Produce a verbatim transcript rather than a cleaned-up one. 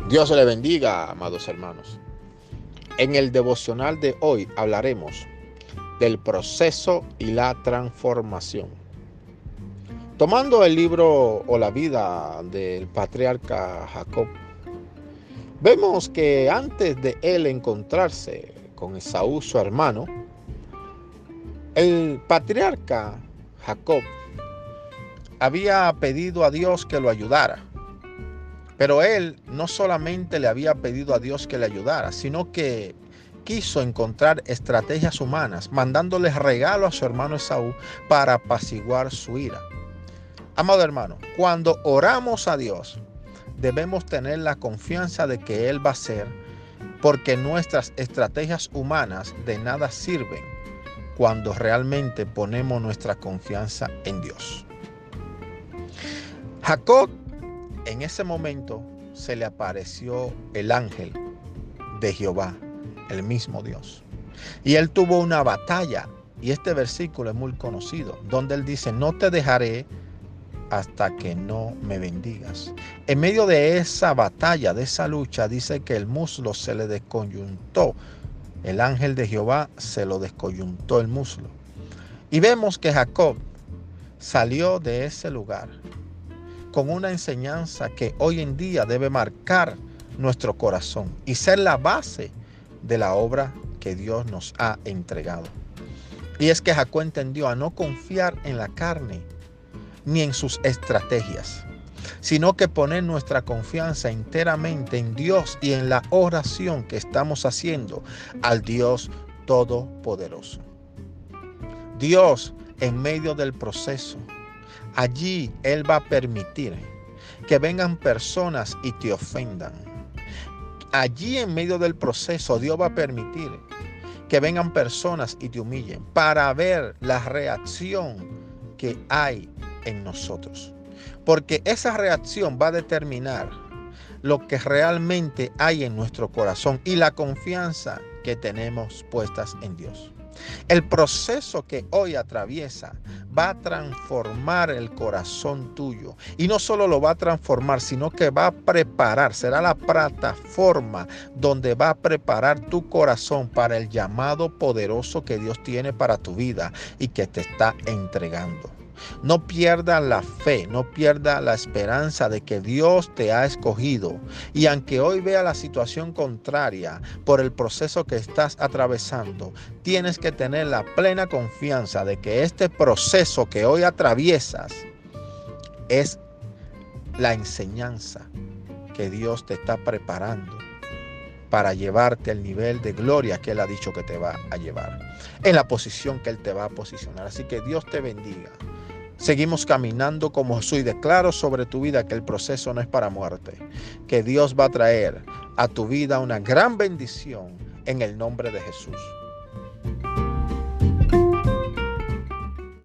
Dios le bendiga, amados hermanos. En el devocional de hoy hablaremos del proceso y la transformación. Tomando el libro o la vida del patriarca Jacob, vemos que antes de él encontrarse con Esaú, su hermano, el patriarca Jacob había pedido a Dios que lo ayudara. Pero él no solamente le había pedido a Dios que le ayudara, sino que quiso encontrar estrategias humanas, mandándoles regalo a su hermano Esaú para apaciguar su ira. Amado hermano, cuando oramos a Dios, debemos tener la confianza de que Él va a hacer, porque nuestras estrategias humanas de nada sirven cuando realmente ponemos nuestra confianza en Dios. Jacob, en ese momento, se le apareció el ángel de Jehová, el mismo Dios. Y él tuvo una batalla, y este versículo es muy conocido, donde él dice: no te dejaré hasta que no me bendigas. En medio de esa batalla, de esa lucha, dice que el muslo se le descoyuntó. El ángel de Jehová se lo descoyuntó el muslo. Y vemos que Jacob salió de ese lugar con una enseñanza que hoy en día debe marcar nuestro corazón y ser la base de la obra que Dios nos ha entregado. Y es que Jacob entendió a no confiar en la carne ni en sus estrategias, sino que poner nuestra confianza enteramente en Dios y en la oración que estamos haciendo al Dios Todopoderoso. Dios, en medio del proceso, allí Él va a permitir que vengan personas y te ofendan. Allí en medio del proceso Dios va a permitir que vengan personas y te humillen para ver la reacción que hay en nosotros. Porque esa reacción va a determinar lo que realmente hay en nuestro corazón y la confianza que tenemos puestas en Dios. El proceso que hoy atraviesa va a transformar el corazón tuyo. Y no solo lo va a transformar, sino que va a preparar, será la plataforma donde va a preparar tu corazón para el llamado poderoso que Dios tiene para tu vida y que te está entregando. No pierdas la fe, no pierdas la esperanza de que Dios te ha escogido. Y aunque hoy vea la situación contraria por el proceso que estás atravesando, tienes que tener la plena confianza de que este proceso que hoy atraviesas es la enseñanza que Dios te está preparando para llevarte al nivel de gloria que Él ha dicho que te va a llevar, en la posición que Él te va a posicionar. Así que Dios te bendiga. Seguimos caminando como Jesús y declaro sobre tu vida que el proceso no es para muerte, que Dios va a traer a tu vida una gran bendición en el nombre de Jesús.